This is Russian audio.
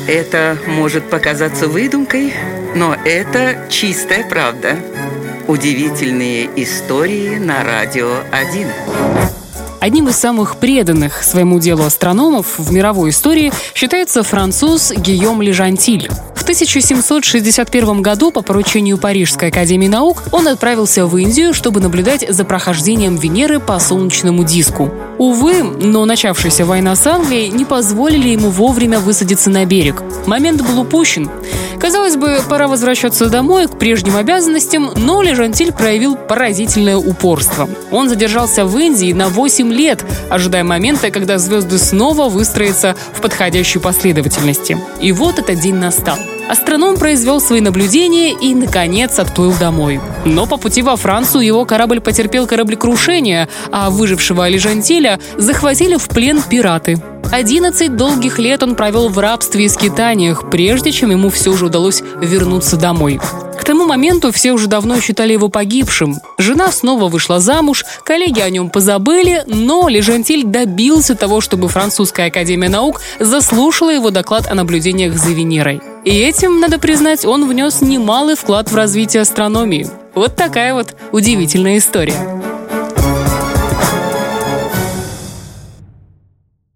Это может показаться выдумкой, но это чистая правда. Удивительные истории на Радио 1. Одним из самых преданных своему делу астрономов в мировой истории считается француз Гийом Лежантиль. В 1761 году по поручению Парижской академии наук он отправился в Индию, чтобы наблюдать за прохождением Венеры по солнечному диску. Увы, но начавшаяся война с Англией не позволили ему вовремя высадиться на берег. Момент был упущен. Казалось бы, пора возвращаться домой к прежним обязанностям, но Лежантиль проявил поразительное упорство. Он задержался в Индии на 8 лет, ожидая момента, когда звезды снова выстроятся в подходящей последовательности. И вот этот день настал. Астроном произвел свои наблюдения и, наконец, отплыл домой. Но по пути во Францию его корабль потерпел кораблекрушение, а выжившего Лежантиля захватили в плен пираты. 11 долгих лет он провел в рабстве и скитаниях, прежде чем ему все же удалось вернуться домой. К тому моменту все уже давно считали его погибшим. Жена снова вышла замуж, коллеги о нем позабыли, но Лежантиль добился того, чтобы Французская академия наук заслушала его доклад о наблюдениях за Венерой. И этим, надо признать, он внес немалый вклад в развитие астрономии. Вот такая вот удивительная история.